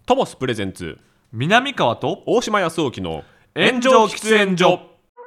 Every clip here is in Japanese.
トモスプレゼンツ南川と大島康沖の炎上喫煙所。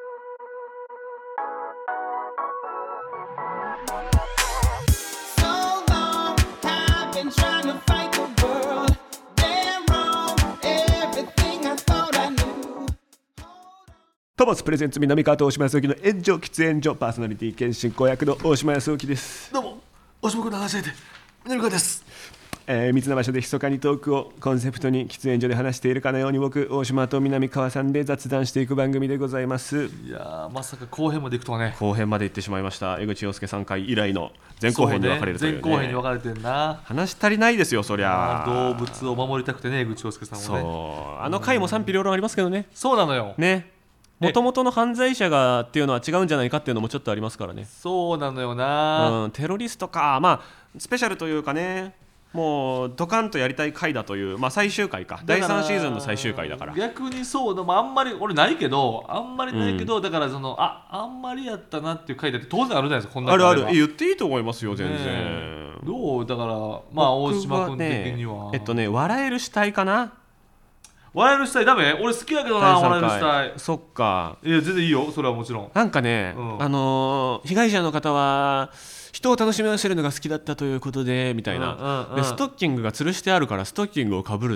トモスプレゼンツ南川と大島康沖の炎上喫煙所、パーソナリティ兼進行役の大島康沖です。 どうも、大島君の話し相手南川です。 密な場所で密かにトークをコンセプトに喫煙所で話しているかのように、僕大島と南川さんで雑談していく番組でございます。 いやまさか後編まで行くとはね。 後編まで行ってしまいました。江口洋介さん回以来の前後編に分かれるというね。 前後編に分かれてんな。 話足りないですよ、そりゃ。 動物を守りたくてね、江口洋介さんもね。 そう、あの回も賛否両論ありますけどね。 そうなのよね。もともとの犯罪者がっていうのは違うんじゃないかっていうのもちょっとありますからね。 そうなのよな、 テロリストか、まあスペシャルというかね、もうドカンとやりたい回だという、まあ、最終回か、第3シーズンの最終回だから。 逆にそうでもあんまり俺ないけど、だからそのあんまりやったなっていう回だって当然あるじゃないですか。こんなあるある、言っていいと思いますよ全然、 どうだからまあ大島君的には笑える死体かな。 笑える死体ダメ？俺好きやけどな、笑える死体。 そっか。 いや全然いいよ、それはもちろん。 なんかね、被害者の方は人を楽しませるのが好きだったということでみたいな、でストッキングが吊るしてあるからストッキングをかぶるって、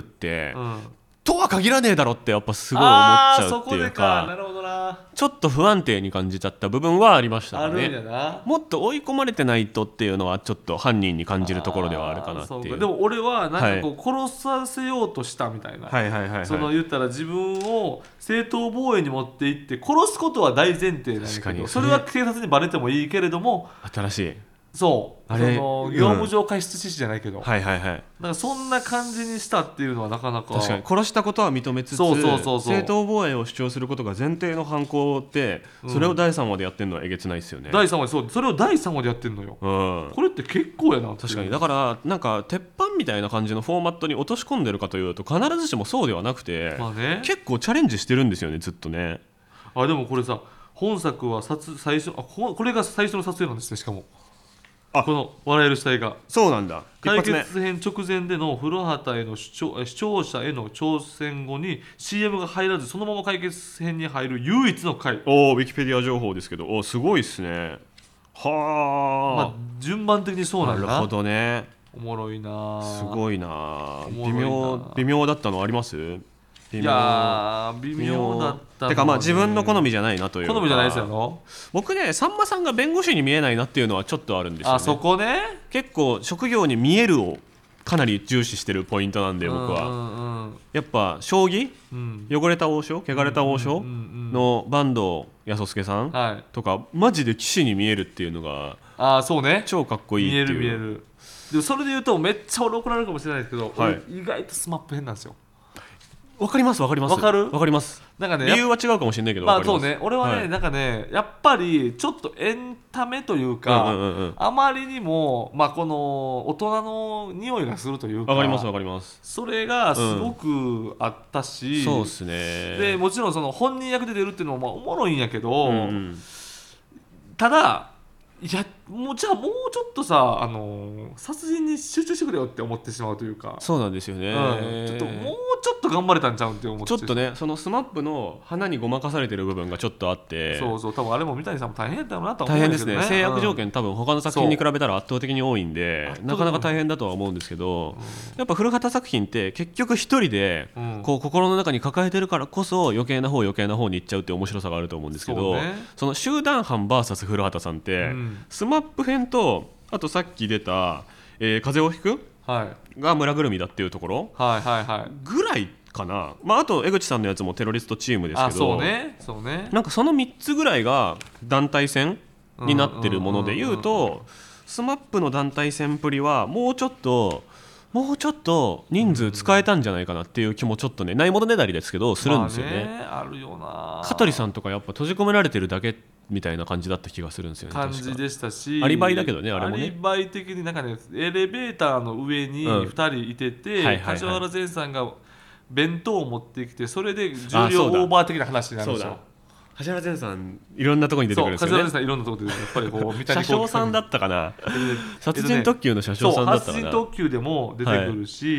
とは限らねえだろってやっぱすごい思っちゃうっていうか、 なるほどな、 ちょっと不安定に感じちゃった部分はありましたね。 あるんやな。 もっと追い込まれてないとっていうのはちょっと犯人に感じるところではあるかなっていう。 でも俺はなんかこう殺させようとしたみたいな、その言ったら自分を正当防衛に持っていって殺すことは大前提なんだけど、それは警察にバレてもいいけれども、 新しいそうその業務上過失致死じゃないけど、だからそんな感じにしたっていうのはなかなか。 確かに殺したことは認めつつ、正当防衛を主張することが前提の犯行って、それを第3話でやってるのはえげつないですよね。 第3話そう、それを第3話でやってるのよ、これって結構やな。 確かに。だからなんか鉄板みたいな感じのフォーマットに落とし込んでるかというと必ずしもそうではなくて、結構チャレンジしてるんですよね、ずっとね。 でもこれさ、本作は最初これが最初の撮影なんですね。しかもこの笑える死体がそうなんだ。 解決編直前での古畑への視聴者への挑戦後に CM が入らず、そのまま解決編に入る唯一の回。 ウィキペディア情報ですけど、すごいっすね。はあ、 順番的にそうなんだな。 なるほどね。 おもろいな、 すごいな。微妙だったのあります？ いや微妙だったの、 てかまあ自分の好みじゃないなというか。 好みじゃないですよ。 僕ね、さんまさんが弁護士に見えないなっていうのはちょっとあるんですよね。 そこね。 結構職業に見えるをかなり重視してるポイントなんで、僕は、やっぱ将棋、汚れた王将、汚れた王将の坂東康介さんとか、マジで棋士に見えるっていうのがそうね、 超かっこいいっていう。 見える。でもそれで言うとめっちゃ俺怒られるかもしれないですけど、意外とスマップ変なんですよ。 わかります。わかります。 なんかね、 理由は違うかもしれないけど、 そうね、俺はね、なんかね、やっぱりちょっとエンタメというか、あまりにもこの大人の匂いがするというか、 わかります。それがすごくあったし、 そうですね。 でもちろんその本人役で出るっていうのもおもろいんやけど、ただじゃあもうちょっとさ、殺人に集中してくれよって思ってしまうというか。 そうなんですよね、 ちょっともうちょっと頑張れたんちゃうんって思って、 ちょっとね、そのスマップの花にごまかされてる部分がちょっとあって、 多分あれも三谷さんも大変だろうなと思うん大ですけどね。 変ですね。制約条件、多分他の作品に比べたら圧倒的に多いんで、なかなか大変だとは思うんですけど、やっぱ古畑作品って結局一人でこう心の中に抱えてるからこそ余計な方に行っちゃうって面白さがあると思うんですけど、その集団犯 VS 古畑さんって、スマップ編と、あとさっき出た、風をひく、が村ぐるみだっていうところぐらいかな。あと江口さんのやつもテロリストチームですけど、なんかその3つぐらいが団体戦になってるものでいうと、スマップの団体戦プリはもうちょっと人数使えたんじゃないかなっていう気もちょっとね、ないものねだりですけどするんですよね。 あるよな。 香取さんとかやっぱ閉じ込められてるだけみたいな感じだった気がするんですよね。 感じでしたし、 アリバイだけどね、あれもね。 アリバイ的になんかね、エレベーターの上に2人いてて、柏原善さんが弁当を持ってきて、それで重量オーバー的な話になるんですよ。 柏原善さんいろんなところに出てくるんですよね。 柏原善さんいろんなところでやっぱりこう車掌さんだったかな、殺人特急の車掌さんだったかな。 殺人特急でも出てくるし、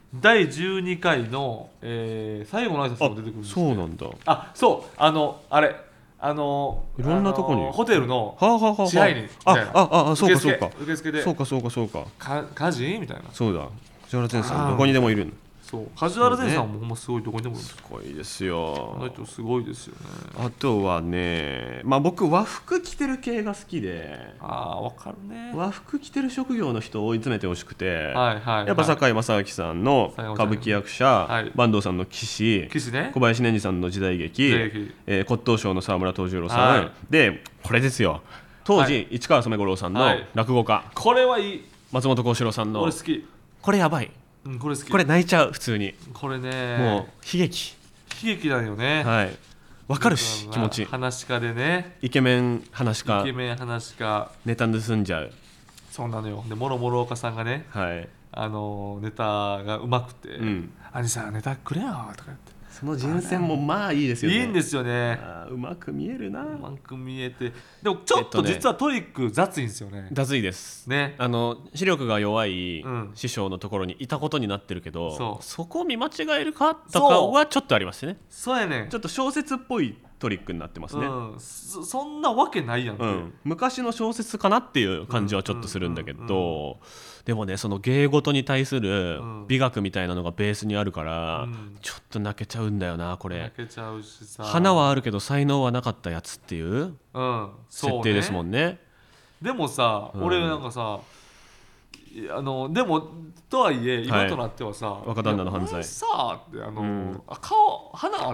第12回の、最後の挨拶も出てくるんですそうなんだ。 そうあれいろんなとこにホテルのはあはあはあ支配人みたいなそうかそうか受付でそうか家事みたいなそうだ。藤原善さんどこにでもいるんだ。 そう梶原善さんもほんますごいどこにでもいるすごいですよ。 あの人すごいですよね。 あとはね、僕和服着てる系が好きで、 わかるね。 和服着てる職業の人を追い詰めてほしくて、 やっぱ堺正明さんの歌舞伎役者、坂東さんの騎士、 ね、 小林年次さんの時代劇、骨董商の沢村藤十郎さん、でこれですよ、当時、市川染五郎さんの落語家、 これはいい。 松本幸四郎さんの俺好き。 これやばい、 これ好き。 これ泣いちゃう。普通にこれね、 もう悲劇だよね。 わかるし気持ち。 話し家でね、 イケメン話し家ネタ盗んじゃう。 そうなのよ。で諸岡さんがね、ネタがうまくて、兄さんネタくれよとか言って、 その人選もいいですよね。 いいんですよね。 うまく見えるな。 うまく見えて、でもちょっと実はトリック雑いんですよね。 雑いですね。 視力が弱い師匠のところにいたことになってるけど、そこを見間違えるかとかはちょっとありますね。 そうやね。 ちょっと小説っぽいトリックになってますね。 そんなわけないやん。 昔の小説かなっていう感じはちょっとするんだけど、でもね、その芸事に対する美学みたいなのがベースにあるから、ちょっと泣けちゃうんだよなこれ。 泣けちゃうしさ、 花はあるけど才能はなかったやつっていう設定ですもんね。 でもさ、俺なんかさ、でもとはいえ今となってはさ、 若旦那の犯罪さあって花あって、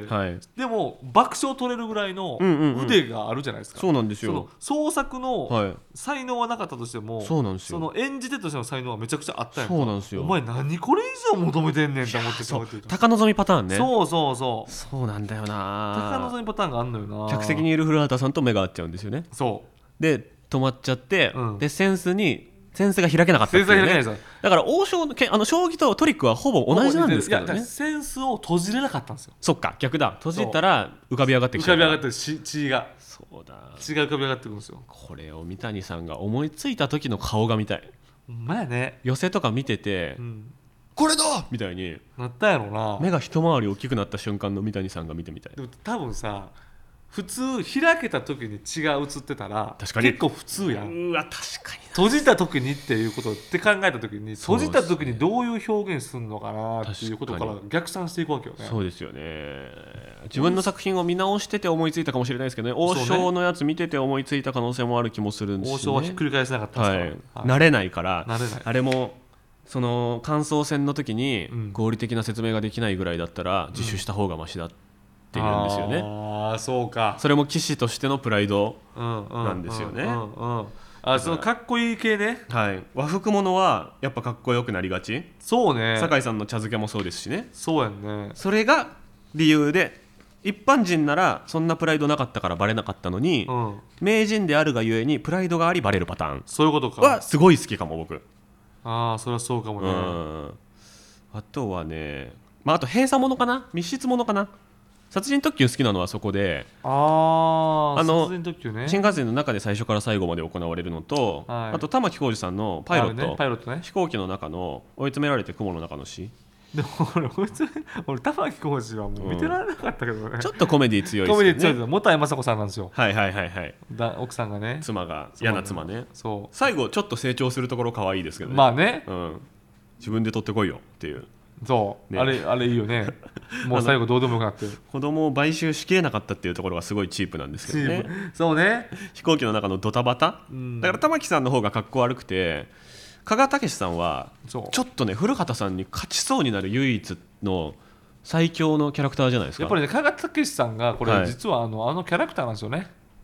でも爆笑取れるぐらいの腕があるじゃないですか。 そうなんですよ。 創作の才能はなかったとしても、その演じ手としての才能はめちゃくちゃあったやんか。 そうなんですよ。 お前何これ以上求めてんねんって思って高望パターンね。 そうなんだよな。 高望パターンがあんのよな。 客席にいる古畑さんと目が合っちゃうんですよね。で止まっちゃって、でセンスが開けなかったっていうね。だから王将の将棋とトリックはほぼ同じなんですけどね。 センスを閉じれなかったんですよ。 そっか、逆だ。閉じたら浮かび上がってきちゃう。 血が浮かび上がってくるんですよ。 これを三谷さんが思いついた時の顔が見たい。 ほんまやね。 寄せとか見てて、これだみたいになったやろな。 目が一回り大きくなった瞬間の三谷さんが見てみたい。 でも多分さ、普通開けた時に血が映ってたら結構普通やん。 確かに閉じた時にっていうことって考えた時に、閉じた時にどういう表現するのかなっていうことから逆算していくわけよね。 そうですよね。自分の作品を見直してて思いついたかもしれないですけどね。王将のやつ見てて思いついた可能性もある気もするんですね。 王将はひっくり返せなかったですから、 慣れないから。あれもその感想戦の時に合理的な説明ができないぐらいだったら自首した方がマシだっていうんですよね。 そうか。 それも騎士としてのプライドなんですよね。 そのかっこいい系ね。 和服物はやっぱかっこよくなりがち。 そうね。 酒井さんの茶漬けもそうですしね。 そうやんね。 それが理由で、一般人ならそんなプライドなかったからバレなかったのに、名人であるがゆえにプライドがありバレるパターン。 そういうことか。 はすごい好きかも僕。 それはそうかもね。 あとはね、あと閉鎖物かな、密室物かな。殺人特急好きなのはそこで、 殺人特急ね。 新幹線の中で最初から最後まで行われるのと、あと玉置浩二さんのパイロット、飛行機の中の追い詰められて雲の中の詩。 でも俺玉置浩二はもう見てられなかったけどね。 ちょっとコメディ強いですよね。 コメディ強いです。本谷雅子さんなんですよ。奥さんがね、 妻が嫌な妻ね。最後ちょっと成長するところ可愛いですけどね。 まあね、 自分で取ってこいよっていう。 そうあれいいよね。もう最後どうでもよくなって子供を買収しきれなかったっていうところがすごいチープなんですけどね。 そうね。 飛行機の中のドタバタ、だから玉木さんの方がかっこ悪くて、加賀武さんはちょっとね古畑さんに勝ちそうになる唯一の最強のキャラクターじゃないですか。 やっぱりね、加賀武さんがこれ実はあのキャラクターなんですよね。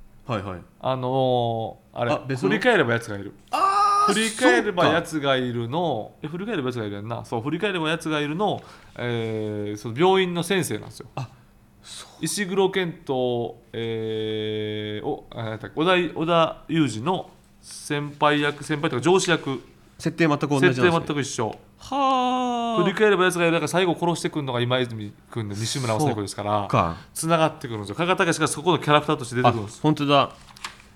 あれ振り返ればやつがいる。振り返ればやつがいるの、振り返ればやつがいるやんな。そう、振り返ればやつがいるの、その病院の先生なんですよ。石黒賢と、織田裕二の先輩というか上司役。 設定全く同じなんですね。 設定全く一緒。振り返ればやつがいる。だから最後殺してくるのが今泉君で西村雅彦ですから、つながってくるんですよ。加賀武がそこのキャラクターとして出てくるんです。 本当だ。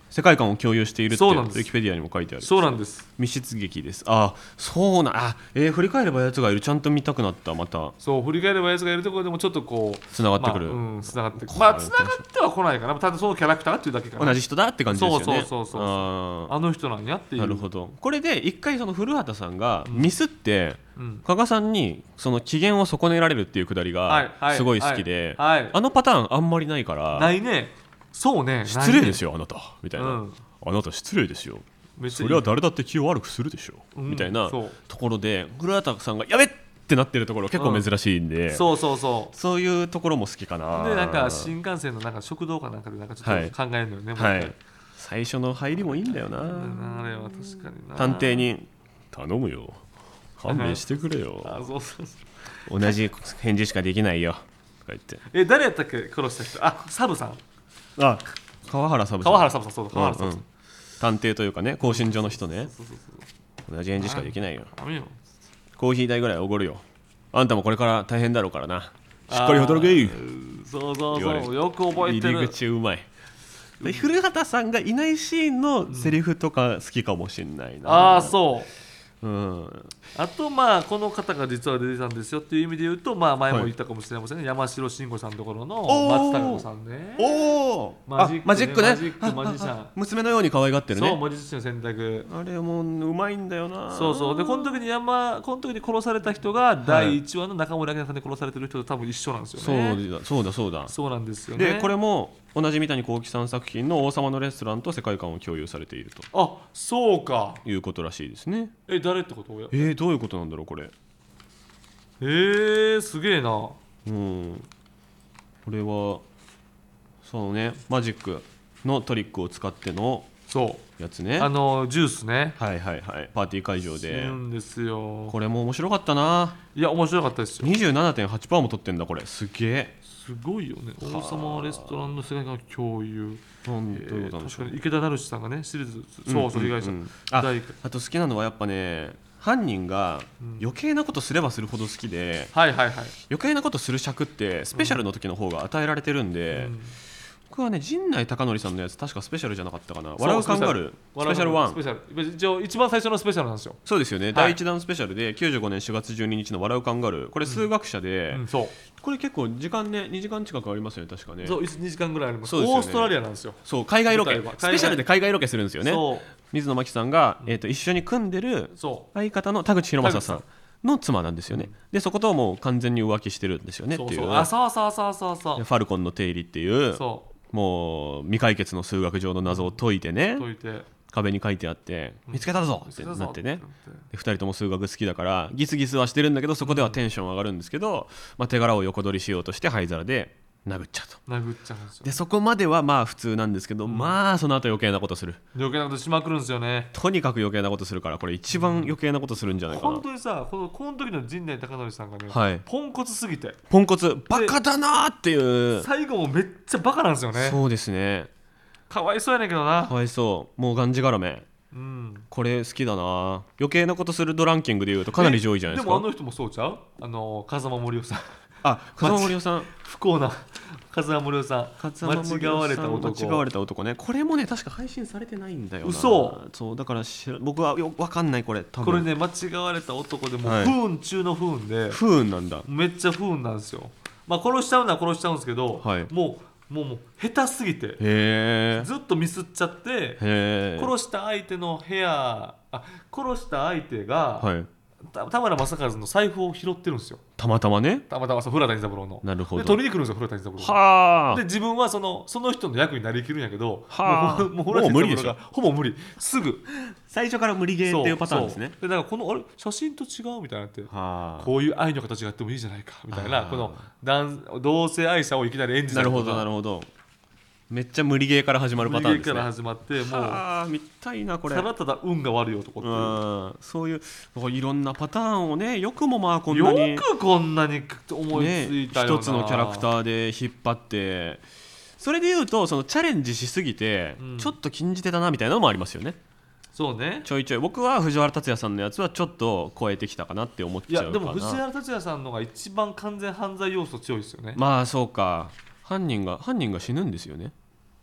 世界観を共有しているってウそうなんですィキペディアにも書いてある。 そうなんです。 密室劇です。あ、そうなあ、振り返ればやつがいる、ちゃんと見たくなった。またそう振り返ればやつがいるところでもちょっとこうつながってくる、 つながってまあつながっては来ないかな、ただそのキャラクターっていうだけかな。 同じ人だって感じですよね。 そうああの人なんやっていう。 なるほど。これで一回その古畑さんがミスって、加賀さんにその機嫌を損ねられるっていうくだりがすごい好きで、あのパターンあんまりないから。 ないね。そうね。 失礼ですよあなたみたいな、あなた失礼ですよ、それは誰だって気を悪くするでしょ、みたいなところで古畑さんがやべってなってるところ結構珍しいんで、そういうところも好きかな。 でなんか新幹線のなんか食堂かなんかでなんかちょっと考えるのよね、 はい、最初の入りもいいんだよな。 あれは確かにな。 探偵に頼むよ、勘弁してくれよ同じ返事しかできないよとか言って。 誰やったっけ殺した人。あ、サブさん。 あ、川原サブさん。 そうだ、川原サブさん。 探偵というかね、更新所の人ね。同じ返事しかできないよ。コーヒー代ぐらいおごるよ。あんたもこれから大変だろうからな。しっかり働け。 そうよく覚えてる。 入り口うまい。で古畑さんがいないシーンのセリフとか好きかもしれないな。 あ、そう。あとこの方が実は出てたんですよっていう意味で言うと、前も言ったかもしれませんね、山城慎吾さんのところの松たか子さんね。マジックね。マジシャン、 娘のように可愛がってるね。 そう、マジックの選択、 あれもうまいんだよな。 そうでこの時に殺された人が第1話の中森明菜さんで殺されてる人と多分一緒なんですよね。そうなんですよね。 でこれも同じ三谷幸喜さん作品の王様のレストランと世界観を共有されていると。 あ、そうか、 いうことらしいですね。 誰ってこと？どういうことなんだろうこれ。 すげえな。 これはそうね、マジックのトリックを使ってのやつね。 ジュースね。 パーティー会場でんですよ。 これも面白かったな。 いや面白かったですよ。 27.8% も取ってんだ。これすげえ、 すごいよね。王様レストランの世界観共有。 どういうことなんでしょう。 確かに池田成志さんがねシリーズ被害者。 あと好きなのはやっぱね、犯人が余計なことすればするほど好きで、余計なことする尺ってスペシャルの時の方が与えられてるんで、僕はね陣内孝則さんのやつ確かスペシャルじゃなかったかな。笑うカンガルースペシャル1。 一応一番最初のスペシャルなんですよ。 そうですよね、第1弾スペシャルで95年4月12日の笑うカンガルー、これ数学者で、これ結構時間ね2時間近くありますよね確かね。 そう2時間ぐらいあります。オーストラリアなんですよ。 そう、海外ロケ、スペシャルで海外ロケするんですよね。水野真紀さんが、一緒に組んでる相方の田口博正さんの妻なんですよね。でそこともう完全に浮気してるんですよねっていう。ファルコンの定理っていうもう未解決の数学上の謎を解いてね、壁に書いてあって見つけたぞってなってね、で2人とも数学好きだからギスギスはしてるんだけど、そこではテンション上がるんですけど、手柄を横取りしようとして灰皿で殴っちゃうんですよ。でそこまでは普通なんですけど、その後余計なことする。 余計なことしまくるんですよね。 とにかく余計なことするから、これ一番余計なことするんじゃないかな。 本当にさ、この時の陣内孝則さんがね、ポンコツすぎて、 ポンコツバカだなっていう。 最後もめっちゃバカなんですよね。 そうですね、 かわいそうやねんけどな。 かわいそう。もうがんじがらめ。これ好きだな。余計なことするドランキングでいうとかなり上位じゃないですか。 でもあの人もそうちゃう？風間森夫さん。 風間森夫さん、 不幸な風間森夫さん。間違われた男ね。これもね確か配信されてないんだよな。 そうだから僕は分かんない。これね間違われた男でも不運中の不運で、 不運なんだ。 めっちゃ不運なんですよ。殺しちゃうのは殺しちゃうんですけど、もう下手すぎてずっとミスっちゃって、殺した相手の部屋、殺した相手が、田村正和の財布を拾ってるんですよ。たまたま古田任三郎の。なるほど。で取りに来るんですよ、古田任三郎。で自分はその人の役になりきるんやけど、もう古田任三郎がほぼ無理。すぐ最初から無理ゲーっていうパターンですね。 でだからこれ写真と違うみたいになって、こういう愛の形があってもいいじゃないかみたいな、この同性愛者をいきなり演じたりとか。 なるほど。めっちゃ無理ゲーから始まるパターンですね。 無理ゲーから始まって、もう見たいなこれ。 ただただ運が悪い男っていう。 そういういろんなパターンをね、よくもこんなによくこんなに思いついたよな。 一つのキャラクターで引っ張って、それでいうとそのチャレンジしすぎて、ちょっと禁じ手だなみたいなのもありますよね。 そうね。 ちょいちょい僕は藤原竜也さんのやつはちょっと超えてきたかなって思っちゃうかな。 いやでも藤原竜也さんのが一番完全犯罪要素強いですよね。 そうか。犯人が死ぬんですよね。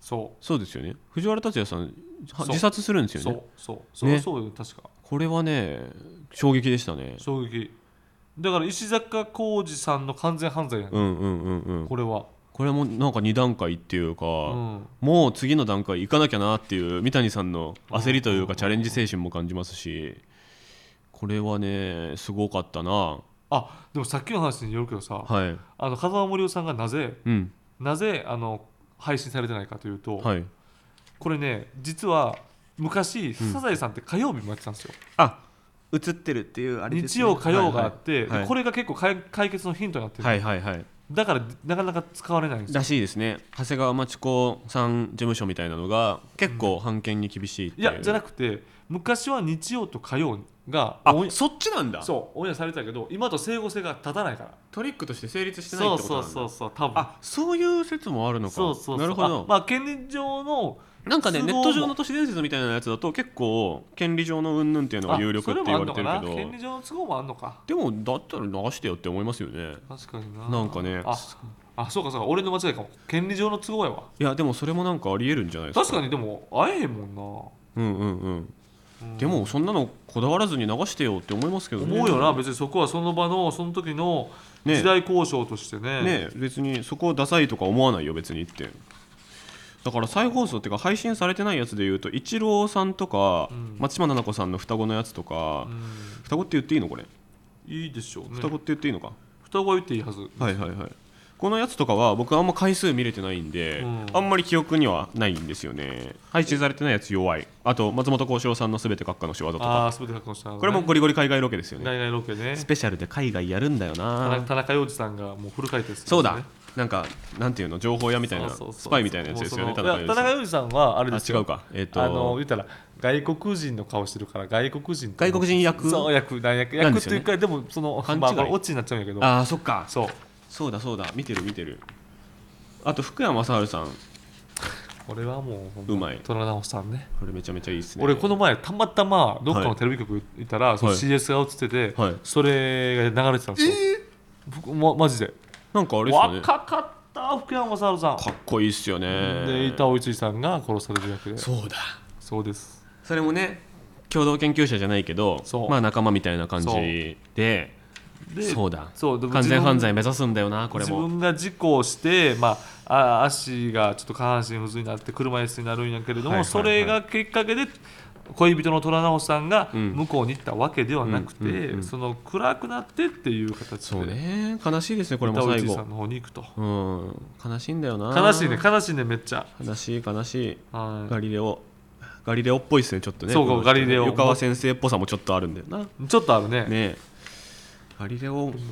そうですよね。藤原竜也さんそう自殺するんですよね。 そうよ確か。 これはね衝撃でしたね。 衝撃だから石坂浩二さんの完全犯罪やね、これは。 これもなんか2段階っていうか、 うんもう次の段階行かなきゃなっていう三谷さんの焦りというかチャレンジ精神も感じますし、これはねすごかったな。 でもさっきの話によるけどさ、 はい。 風間森夫さんがなぜうん配信されてないかというと、 はい。 これね実は昔、サザエさんって火曜日もやってたんですよ。 あ、映ってるっていうあれですね。 日曜火曜があって、 はいはいでこれが結構解決のヒントになってる、 はいはいはい。 だからなかなか使われないんですよ。 らしいですね。長谷川町子さん事務所みたいなのが結構版権に厳しいっていう。 いやじゃなくて昔は日曜と火曜がそっちなんだ。 そうオンエアされてたけど今と整合性が立たないから。 トリックとして成立してないってことなんだ。 そう多分。 そういう説もあるのか。 そうなるほど。 まあ権利上のなんかねネ都合もット上の都市伝説みたいなやつだと結構権利上の云々っていうのが有力って言われてるけそれもあんのかな、 ど、 権利上の都合もあんのか。 でもだったら流してよって思いますよね。 確かにな。 なんかねそうか俺の間違いかも。権利上の都合やわ。 いやでもそれもなんかありえるんじゃないですか。 確かにでも会えへんもんな。 でもそんなのこだわらずに流してよって思いますけどね。 思うよな。別にそこはその場のその時の時代交渉としてね。 別にそこをダサいとか思わないよ別にって。だから再放送っていうか配信されてないやつでいうとイチローさんとか、松島菜々子さんの双子のやつとか、双子って言っていいのこれ。 いいでしょうね。 双子って言っていいのか。 双子は言っていいはず。 はいはいはい。このやつとかは僕あんま回数見れてないんで、あんまり記憶にはないんですよね。配信されてないやつ弱い。あと松本幸四郎さんのすべて閣下の仕業とか、 全て閣下の仕業、ね、 これもゴリゴリ海外ロケですよね。 海外ロケね。 スペシャルで海外やるんだよな。 田中洋次さんがもうフル回転する、ね、 そうだ。なんかなんていうの情報屋みたいなスパイみたいなやつですよね。田中洋次さんはあれですよ。 違うか。 言ったら外国人の顔してるから外国人役そう役っていうか、でもそのまあオチになっちゃうんやけど。 そっか。そうだ見てる。あと福山雅治さん。 これはもううまい。 虎直さんね。 これめちゃめちゃいいですね。 俺この前たまたまどっかのテレビ局行ったら、その CS が映ってて、それが流れてたんですよ。マジで。 なんかあれですかね。 若かった福山雅治さん。 かっこいいっすよね。 で板尾一さんが殺される役で。そうです。 それもね共同研究者じゃないけど、まあ仲間みたいな感じで。そうだ完全犯罪目指すんだよな。これも自分が事故をして、足がちょっと下半身不随になって車椅子になるんやけれども、それがきっかけで恋人の虎直さんが向こうに行ったわけではなくて、その暗くなってっていう形で。 そうね、悲しいですね。これも最後さんの方に行くと、 悲しいんだよな。 悲しいねめっちゃ悲しい、ガリレオっぽいですねちょっとね。 そうガリレオ湯川先生っぽさもちょっとあるんだよな。 ちょっとあるね。 ガリレ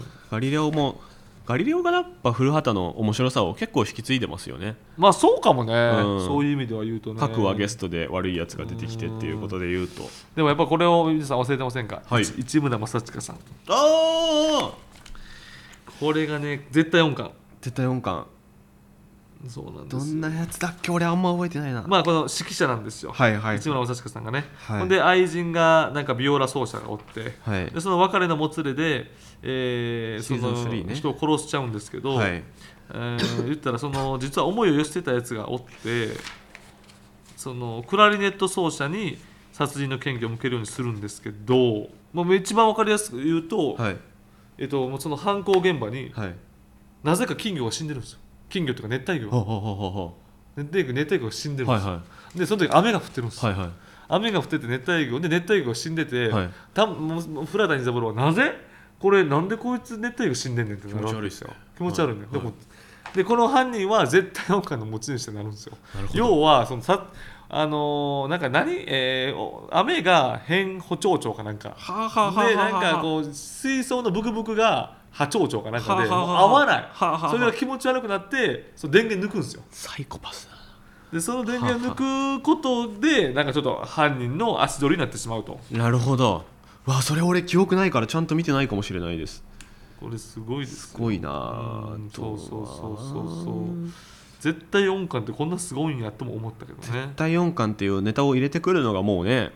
オがやっぱ古畑の面白さを結構引き継いでますよね。 まあそうかもね、そういう意味では言うとね。 各はゲストで悪いやつが出てきてっていうことで言うと、 でもやっぱこれを皆さん忘れてませんか、市村正親さん。これがね絶対音感。そうなんです。 どんなやつだっけ俺あんま覚えてないな。 この指揮者なんですよ、市村正親さんがね。ほんで愛人がなんかビオラ奏者がおって、でその別れのもつれで、その人を殺しちゃうんですけど、言ったらその実は思いを寄せてたやつがおって、そのクラリネット奏者に殺人の嫌疑を向けるようにするんですけど、一番分かりやすく言うと、もうその犯行現場に、なぜか金魚が死んでるんですよ。金魚とか熱帯魚が死んでるんですよ。でその時雨が降ってるんですよ。雨が降ってて熱帯魚が死んでて、古田任三郎はなんでこいつ熱帯魚死んでんねんってなるわけですよ。気持ち悪いね。でこの犯人は絶対音感の持ち主になるんですよ。要はそのなんか雨が変補聴鳥かなんかで、なんかこう水槽のブクブクが波長長かなんかで合わない。それが気持ち悪くなってその電源抜くんですよ。 サイコパスだ。 でその電源抜くことでなんかちょっと犯人の足取りになってしまうと。 なるほど。それ俺記憶ないからちゃんと見てないかもしれないです。 これすごいです。 すごいな。 そう絶対音感ってこんなすごいんやとも思ったけどね。 絶対音感っていうネタを入れてくるのがもうね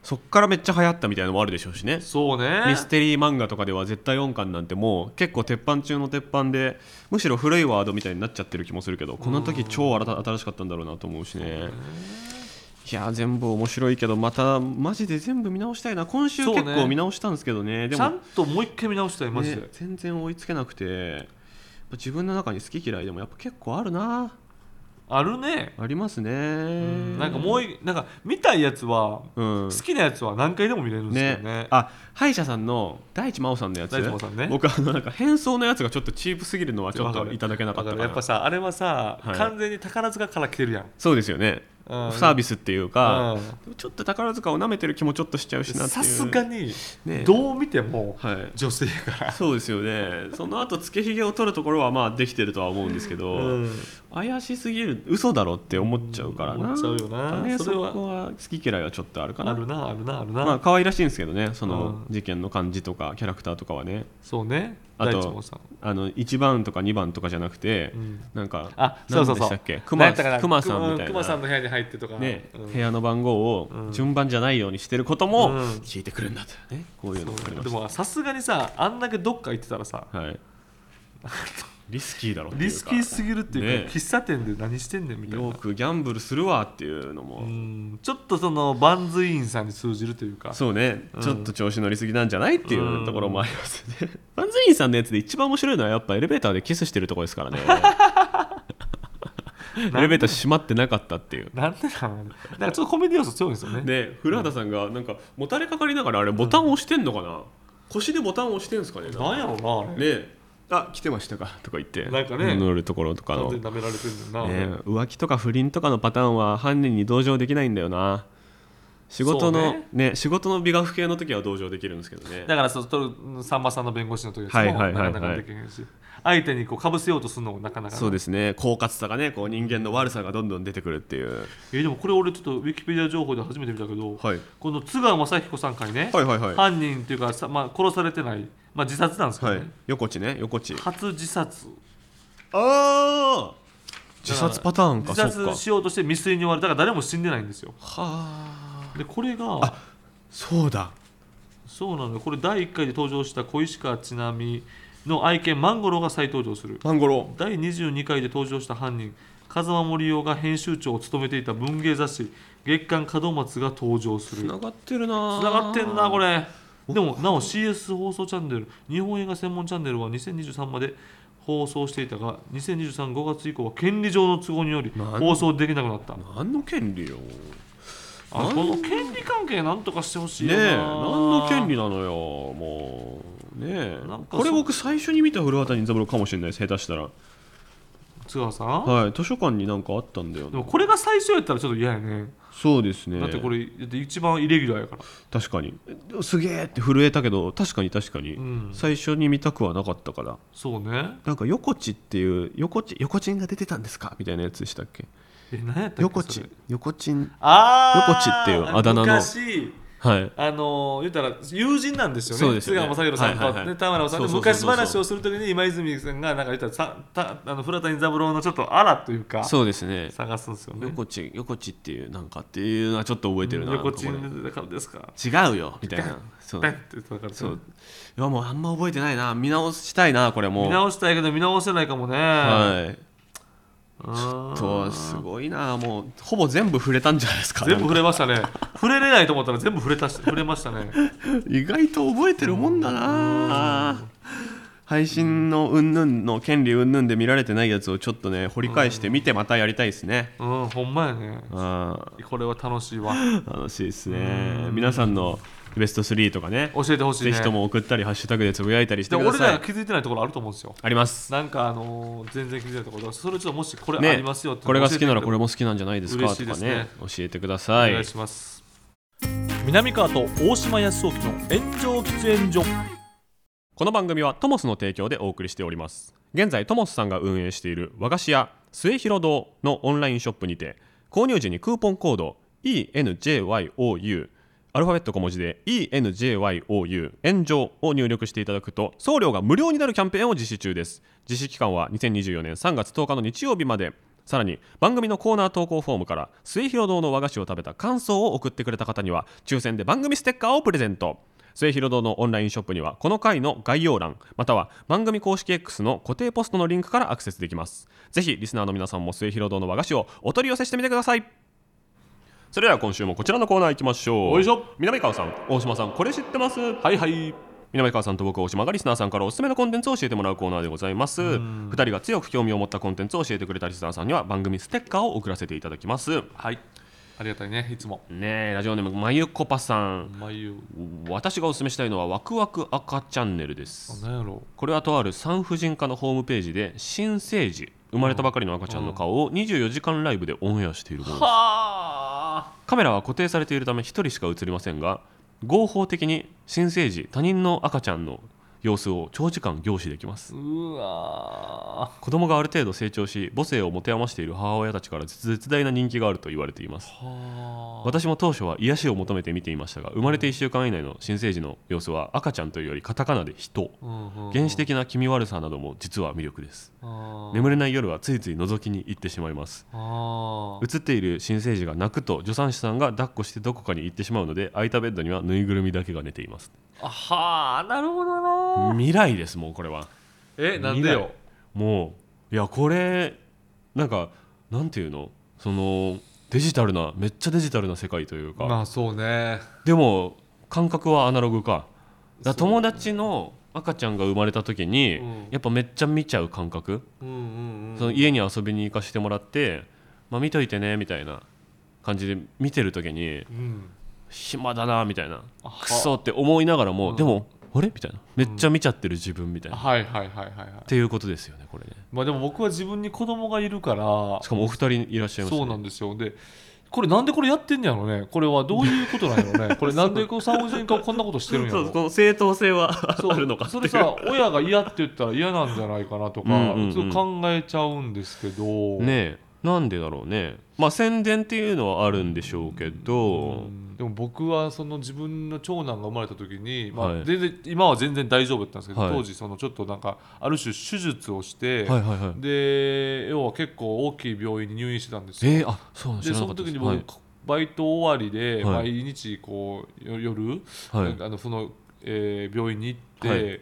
そっからめっちゃ流行ったみたいなのもあるでしょうしね。 そうね。 ミステリー漫画とかでは絶対音感なんてもう結構鉄板中の鉄板で、むしろ古いワードみたいになっちゃってる気もするけど、この時超新しかったんだろうなと思うしね。いや全部面白いけど、またマジで全部見直したいな。今週結構見直したんですけどね。でもちゃんともう一回見直したいマジで、 全然追いつけなくて、自分の中に好き嫌いでもやっぱ結構あるな。 あるね。 ありますね。 なんかもうなんか見たいやつは、好きなやつは何回でも見れるんですよね。 あ、歯医者さんの大地真央さんのやつ、 大地真央さんね。 僕なんか変装のやつがちょっとチープすぎるのはちょっといただけなかったかな。 やっぱさ、あれはさ、完全に宝塚から来てるやん。 そうですよね。サービスっていうか、ちょっと宝塚を舐めてる気もちょっとしちゃうしなっていう。 さすがにどう見ても女性やから、 そうですよね。その後つけひげを取るところはまあできてるとは思うんですけど、怪しすぎる、嘘だろって思っちゃうからな。 思っちゃうよな。 そこは好き嫌いはちょっとあるかな。 あるな。 まあ可愛らしいんですけどね、その事件の感じとかキャラクターとかはね。 そうね。 あと1番とか2番とかじゃなくて、なんかそう何でしたっけ、クマさんみたいな、 クマさんの部屋に入ってとかね、部屋の番号を順番じゃないようにしてることも聞いてくるんだとね。こういうのがあります。 でもさすがにさ、あんだけどっか行ってたらさ、 リスキーだろっていうか、 リスキーすぎるっていうか、喫茶店で何してんねんみたいな。 よくギャンブルするわっていうのも、 ちょっとそのバンズインさんに通じるというか、 そうね、ちょっと調子乗りすぎなんじゃないっていうところもありますね。バンズインさんのやつで一番面白いのはやっぱエレベーターでキスしてるところですからね。エレベーター閉まってなかったっていう。 なんでなんかちょっとコメディ要素強いんですよね。 で古畑さんがなんかもたれかかりながらあれボタンを押してんのかな、腰でボタンを押してんですかね。 なんやろうなあれ。 あ、来てましたかとか言ってなんかね、 乗るところとかの完全に舐められてるんだよな、 浮気とか不倫とかのパターンは犯人に同情できないんだよな。仕事の仕事の美学系の時は同情できるんですけどね。 だからさんまさんの弁護士の時もなかなかできへんし、相手にこうかぶせようとするのもなかなか、 そうですね、狡猾さがね、こう人間の悪さがどんどん出てくるっていう。 でもこれ俺ちょっとウィキペディア情報で初めて見たけど、この津川雅彦さんかいね、犯人っていうか殺されてない、自殺なんですけどね、 横地ね、横地初自殺。 自殺パターンか。 自殺しようとして未遂に終わる。だから誰も死んでないんですよ。でこれがそうだ、 そうなのよ。これ第1回で登場した小石川ちなみの愛犬マンゴロが再登場する。 マンゴロ第22回で登場した犯人風間森生が編集長を務めていた文芸雑誌月刊門松が登場する。 つながってるな。 つながってんなこれ。でもなお CS 放送チャンネル日本映画専門チャンネルは2023まで放送していたが、2023、5月以降は権利上の都合により放送できなくなった。 何の権利よ。 この権利関係なんとかしてほしいよな。 何の権利なのよもうね。これ僕最初に見た古畑任三郎かもしれないです、下手したら。 津川さん、 図書館になんかあったんだよ。 でもこれが最初やったらちょっと嫌やね。 そうですね。 だってこれ一番イレギュラーやから。 確かにすげえって震えたけど、確かに、最初に見たくはなかったから。 そうね。 なんか横地っていう横地が出てたんですかみたいなやつでしたっけ。 何やったっけ。 横地横地っていうあだ名の昔言ったら友人なんですよね。津川雅弘さんと田村さんで昔話をするときに今泉さんがなんか言ったら古畑任三郎のちょっとあらというか、 そうですね、 探すんですよね。 横地っていうなんかっていうのはちょっと覚えてるな。 横地だからですか。 違うよみたいな。そういやもうあんま覚えてないな。見直したいな。これも見直したいけど見直せないかもね。 ちょっとすごいな。もうほぼ全部触れたんじゃないですか。 全部触れましたね。触れれないと思ったら全部触れましたね。 意外と覚えてるもんだな。配信のうんぬんの権利うんぬんで見られてないやつをちょっとね掘り返してみてまたやりたいですね。 ほんまやね。これは楽しいわ。 楽しいですね。皆さんのベスト3とかね、 教えてほしいね。 ぜひとも送ったりハッシュタグでつぶやいたりしてください。 俺らが気づいてないところあると思うんですよ。 あります。 なんか全然気づいてないところ、それちょっともしこれありますよって、 これが好きならこれも好きなんじゃないですかとかね、教えてください。 お願いします。南川と大島康雄の炎上喫煙所。 この番組はトモスの提供でお送りしております。現在トモスさんが運営している和菓子屋末広堂のオンラインショップにて、購入時にクーポンコード ENJYOUアルファベット小文字で ENJYOU 炎上を入力していただくと送料が無料になるキャンペーンを実施中です。実施期間は2024年3月10日の日曜日まで。 さらに番組のコーナー投稿フォームから末広堂の和菓子を食べた感想を送ってくれた方には抽選で番組ステッカーをプレゼント。末広堂のオンラインショップにはこの回の概要欄または番組公式 X の固定ポストのリンクからアクセスできます。ぜひリスナーの皆さんも末広堂の和菓子をお取り寄せしてみてください。それでは今週もこちらのコーナー行きましょう。 おいしょ。 南川さん、大島さん、これ知ってます？ はいはい。 南川さんと僕大島がリスナーさんからおすすめのコンテンツを教えてもらうコーナーでございます。2人が強く興味を持ったコンテンツを教えてくれたリスナーさんには番組ステッカーを送らせていただきます。 はい、ありがたいね、いつもね。ラジオネームまゆこぱさん。私がおすすめしたいのはワクワク赤チャンネルです。 何やろ。 これはとある産婦人科のホームページで新生児、生まれたばかりの赤ちゃんの顔を24時間ライブでオンエアしているものです。カメラは固定されているため1人しか映りませんが、合法的に新生児、他人の赤ちゃんの様子を長時間凝視できます。 うわ、 子供がある程度成長し母性を持て余している母親たちから絶大な人気があると言われています。私も当初は癒しを求めて見ていましたが、生まれて1週間以内の新生児の様子は赤ちゃんというよりカタカナで人、原始的な気味悪さなども実は魅力です。眠れない夜はついつい覗きに行ってしまいます。映っている新生児が泣くと助産師さんが抱っこしてどこかに行ってしまうので、空いたベッドにはぬいぐるみだけが寝ています。 はあ、なるほどな。 未来です。もうこれはなんでよ。 もういや、これなんかなんていうの、そのデジタルな、めっちゃデジタルな世界というか、 まあそうね。 でも感覚はアナログか。だ友達の赤ちゃんが生まれた時に、やっぱめっちゃ見ちゃう感覚、その家に遊びに行かせてもらって、見といてねみたいな感じで見てる時に、暇だなみたいな、クソって思いながらも、でもあれみたいな、めっちゃ見ちゃってる自分みたいな、っていうことですよね、これね。 でも僕は自分に子供がいるから、 しかもお二人いらっしゃいますね。 そうなんですよ。でこれなんでこれやってんねやろね。これはどういうことなんやろね。これなんで産婦人科こんなことしてるんやろ。 この正当性はあるのかっていう。 それさ、親が嫌って言ったら嫌なんじゃないかなとかちょっと考えちゃうんですけどね。なんでだろうね。宣伝っていうのはあるんでしょうけど、 でも僕はその自分の長男が生まれた時に、全然今は全然大丈夫だったんですけど、当時そのちょっとなんかある種手術をして、で要は結構大きい病院に入院してたんですよ。その時に僕、バイト終わりで毎日こう夜、その、病院に行って、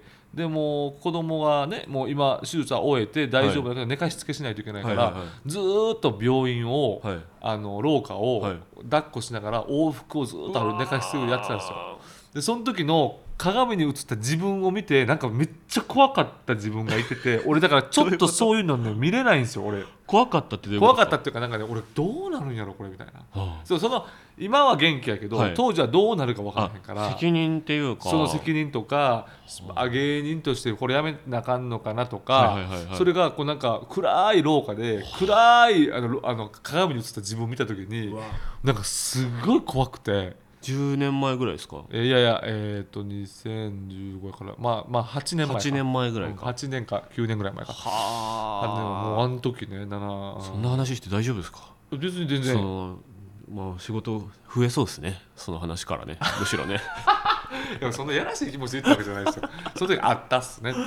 でも子供がね、もう今手術は終えて大丈夫だから寝かしつけしないといけないから、ずーっと病院を、廊下を抱っこしながら往復をずーっと寝かしつけやってたんですよ。でその時の鏡に映った自分を見て、なんかめっちゃ怖かった自分がいてて、俺だからちょっとそういうのね見れないんですよ。俺怖かったってどういうことですか？怖かったっていうか、なんかね、俺どうなるんやろこれみたいな、その今は元気やけど、当時はどうなるか分からへんから、 責任っていうか、 その責任とか、芸人としてこれやめなあかんのかなとか、それがこうなんか暗い廊下で暗い鏡に映った自分を見た時に、なんかすごい怖くて。 10年前ぐらいですか？ いやいや、2015から、8年前か。 8年前ぐらいか。 8年か9年ぐらい前か。もうあの時ね、 そんな話して大丈夫ですか？ 別に全然。 仕事増えそうですね、その話からね。むしろね。 でもそんなやらしい気持ちで言ったわけじゃないですよ。その時あったっすねって。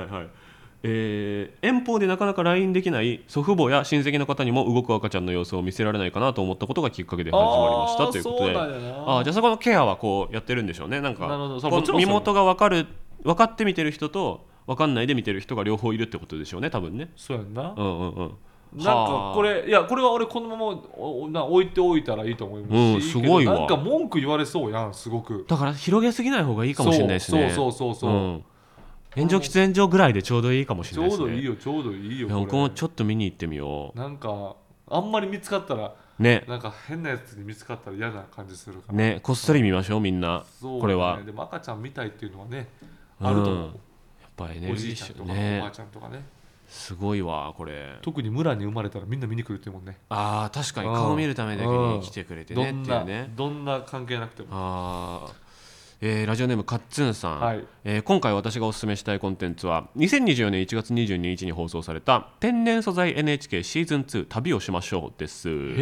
遠方でなかなか LINE できない祖父母や親戚の方にも動く赤ちゃんの様子を見せられないかなと思ったことがきっかけで始まりましたということで、じゃあそこのケアはこうやってるんでしょうね。なんか身元が分かって見てる人と分かんないで見てる人が両方いるってことでしょうね、多分ね。 そうやんな。なんかこれは俺このまま置いておいたらいいと思いますし、 すごいわ。 なんか文句言われそうやん、すごく。 だから広げすぎない方がいいかもしれないですね。炎上喫煙所ぐらいでちょうどいいかもしれないですね。 ちょうどいいよ。 僕もちょっと見に行ってみよう。なんかあんまり見つかったらね、 なんか変なやつに見つかったら嫌な感じするからね。こっそり見ましょう、みんな。これはでも赤ちゃん見たいっていうのはね、あると思う。やっぱエネルギッシュおじいちゃんとかおばあちゃんとかね。 すごいわこれ。 特に村に生まれたらみんな見に来るっていうもんね。 確かに顔見るためだけに来てくれてねっていうね。 どんな関係なくても。 ラジオネームカッツンさん、今回私がおすすめしたいコンテンツは2024年1月22日に放送された天然素材 NHK シーズン2旅をしましょうです。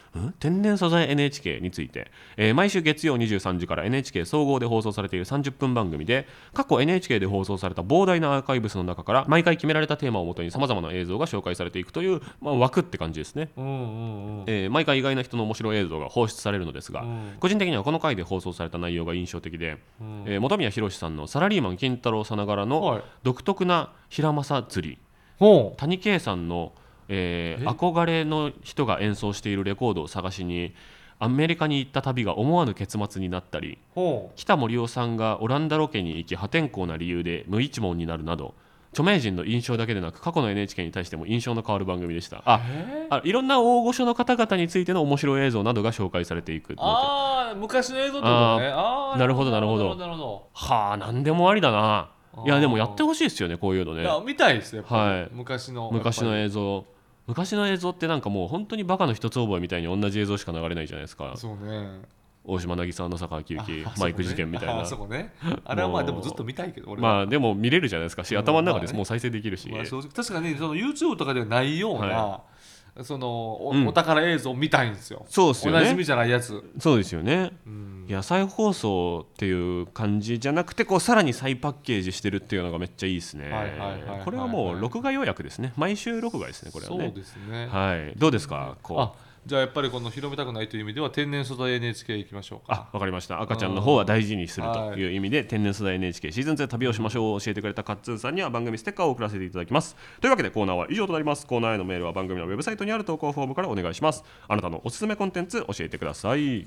天然素材 NHK について、毎週月曜23時から NHK 総合で放送されている30分番組で、過去 NHK で放送された膨大なアーカイブスの中から毎回決められたテーマをもとにさまざまな映像が紹介されていくという、枠って感じですね。毎回意外な人の面白い映像が放出されるのですが、個人的にはこの回で放送された内容が印象的で、本宮宏さんのサラリーマン金太郎さながらの独特な平正釣り、谷圭さんの憧れの人が演奏しているレコードを探しにアメリカに行った旅が思わぬ結末になったり、北森夫さんがオランダロケに行き破天荒な理由で無一文になるなど、著名人の印象だけでなく過去の NHK に対しても印象の変わる番組でした。いろんな大御所の方々についての面白い映像などが紹介されていく。 昔の映像ってことね。 なるほどなるほど。はあ、何でもありだな。いやでもやってほしいですよね、こういうのね。 見たいですね、 はい、 昔の映像。昔の映像ってなんかもう本当にバカの一つ覚えみたいに同じ映像しか流れないじゃないですか。 そうね。 大島渚の坂明行マイク事件みたいな。 あれはまあでもずっと見たいけど、俺はでも見れるじゃないですかし、頭の中でもう再生できるし、 確かにその YouTube とかではないような、そのお宝映像見たいんですよ。 そうですよね。 おなじみじゃないやつ。 そうですよね。いや再放送っていう感じじゃなくて、こうさらに再パッケージしてるっていうのがめっちゃいいですね。これはもう録画予約ですね。毎週録画ですね、これはね。 そうですね。 はい。どうですか。 じゃあやっぱりこの広めたくないという意味では天然素材 NHK 行きましょうか。 わかりました。赤ちゃんの方は大事にするという意味で、天然素材 NHK シーズン2旅をしましょうを教えてくれたカッツンさんには番組ステッカーを送らせていただきます。というわけでコーナーは以上となります。コーナーへのメールは番組のウェブサイトにある投稿フォームからお願いします。あなたのおすすめコンテンツ教えてください。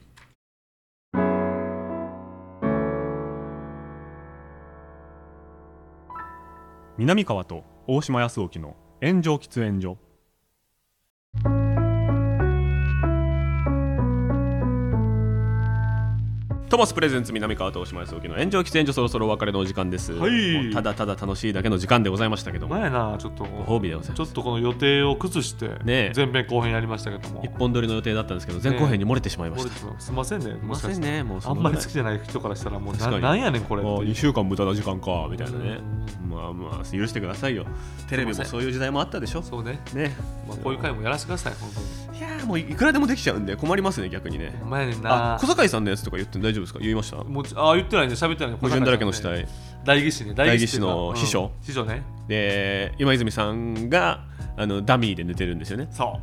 南川と大島康沖の炎上喫煙所。トモスプレゼンツ南川と大島康沖の炎上喫煙所、そろそろお別れのお時間です。ただただ楽しいだけの時間でございましたけども、 前なちょっとご褒美でございます。 ちょっとこの予定を崩して前編後編やりましたけども、 一本撮りの予定だったんですけど前後編に漏れてしまいました。 すいませんね。 もしかしてもうあんまり好きじゃない人からしたらもうなんやねんこれ 2週間無駄な時間かみたいなね。まあ許してくださいよ。テレビもそういう時代もあったでしょ。 そうね。こういう回もやらせてください。本当に。 いやもういくらでもできちゃうんで困りますね、逆にね。 前にな。 小堺さんのやつとか言って大丈夫ですか。言いました。 言ってないね、喋ってないね。 矛盾だらけの死体。 代議士ね。 代議士の秘書。 秘書ね。 で今泉さんがダミーで寝てるんですよね。 そう。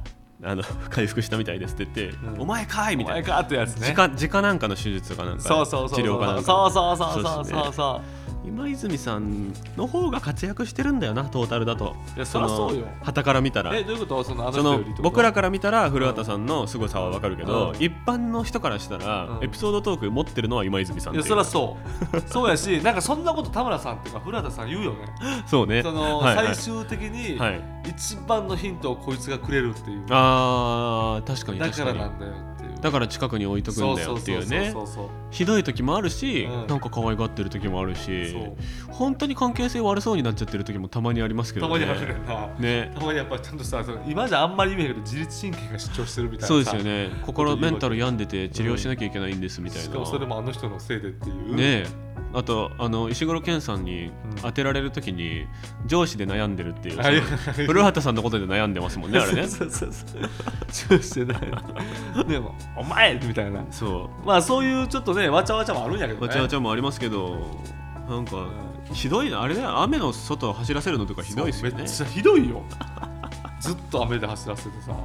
回復したみたいですって言って、お前かいみたいな。 お前かってやつね。 自家なんかの手術かなんか治療かなんか。 そう今泉さんの方が活躍してるんだよな、トータルだと。 いやそりゃそうよ。 旗から見たら。 どういうこと。 僕らから見たら古畑さんの凄さは分かるけど、一般の人からしたら、エピソードトーク持ってるのは今泉さん。 いやそりゃそうそうやし、なんかそんなこと田村さんっていうか古畑さん言うよね。 そうね。 最終的に一番のヒントをこいつがくれるっていう。 確かにだからなんだよっていう。 だから近くに置いとくんだよっていうね。ひどい時もあるし、なんか可愛がってる時もあるし、本当に関係性悪そうになっちゃってる時もたまにありますけどね。 たまにあるな。ね。たまにやっぱりちゃんとさ、今じゃあんまり言えへんけど自律神経が主張してるみたいな。 そうですよね。メンタル病んでて治療しなきゃいけないんですみたいな。 しかもそれもあの人のせいでっていう。 ね。あと石黒賢さんに当てられるときに上司で悩んでるっていう、古畑さんのことで悩んでますもんね、あれね。 そう上司で悩んでもお前みたいな。まあそういうちょっとねわちゃわちゃもあるんやけどね。 わちゃわちゃもありますけど、なんかひどいなあれね。雨の外を走らせるのとかひどいですよね。 めっちゃひどいよ。ずっと雨で走らせてさ。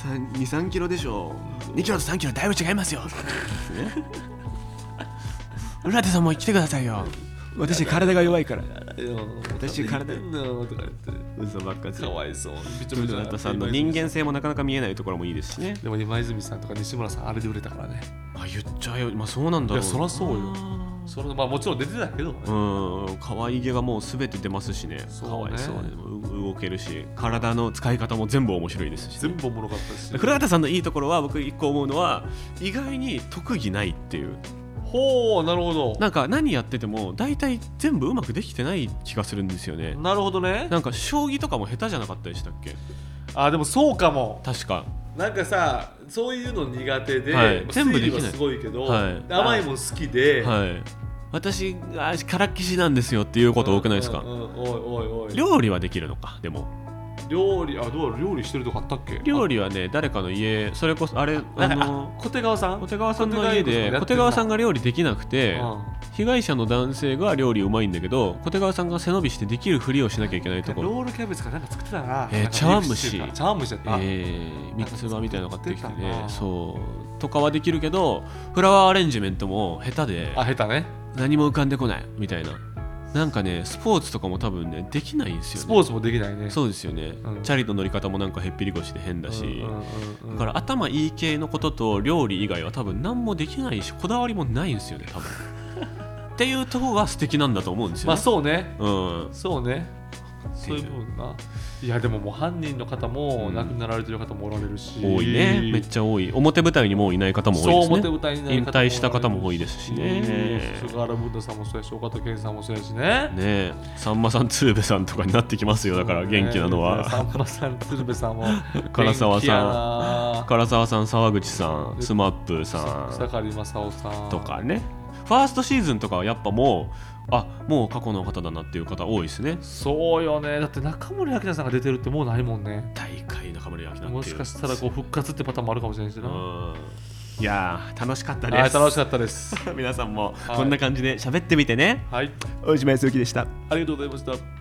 2、3キロでしょ。2キロと3キロだいぶ違いますよ。古畑さんも来てくださいよ。私体が弱いから。私体嘘ばっかり。 かわいそう。 古畑さんの人間性もなかなか見えないところもいいですしね。 でも今泉さんとか西村さんあれで売れたからね。 言っちゃうよ。まあそうなんだろう。 いやそりゃそうよ。まあもちろん出てたけど、 可愛げがもうすべて出ますしね。かわいそうね。動けるし、体の使い方も全部面白いですし、 全部おもろかったし。 古畑さんのいいところは僕一個思うのは意外に特技ないっていう。 ほう、なるほど。 なんか何やってても大体全部うまくできてない気がするんですよね。 なるほどね。 なんか将棋とかも下手じゃなかったでしたっけ。 でもそうかも。 確かなんかさ、そういうの苦手で、 全部できない。 すごいけど、甘いもん好きで、 私からっきしなんですよっていうこと多くないですか。料理はできるのか。でも料理どう料理してるとかあったっけ？ 料理はね誰かの家、それこそあれ小手川さんの家で小手川さんが料理できなくて、被害者の男性が料理うまいんだけど小手川さんが背伸びしてできるふりをしなきゃいけないところ、 ロールキャベツかなんか作ってたな、 茶碗蒸しやった三つ葉みたいなの買ってきてね、そうとかはできるけどフラワーアレンジメントも下手で、 下手ね、 何も浮かんでこないみたいな。なんかねスポーツとかも多分ねできないんですよね。 スポーツもできないね。 そうですよね、チャリの乗り方もなんかへっぴり腰で変だし、だから頭いい系のことと料理以外は多分何もできないしこだわりもないんですよね多分っていうところが素敵なんだと思うんですよね。 そうね、そうね、そういう部分な。いやでももう犯人の方も亡くなられてる方もおられるし、 多いね、めっちゃ多い。表舞台にもういない方も多いですね。 そう表舞台にいない方も引退した方も多いですしね。 菅原文太さんもそうやし、岡田健さんもそうやしね。 ね、さんまさん鶴瓶さんとかになってきますよ。だから元気なのはさんまさん鶴瓶さんも唐沢さん沢口さんスマップさん草刈正雄さんとかね。ファーストシーズンとかはやっぱもう過去の方だなっていう方多いですね。 そうよね。だって中森明菜さんが出てるってもうないもんね。 大会中森明菜っていう、 もしかしたらこう復活ってパターンもあるかもしれないしな。 いや楽しかったです。 楽しかったです皆さんもこんな感じで喋ってみてね。 はい、 大島康之でした。 ありがとうございました。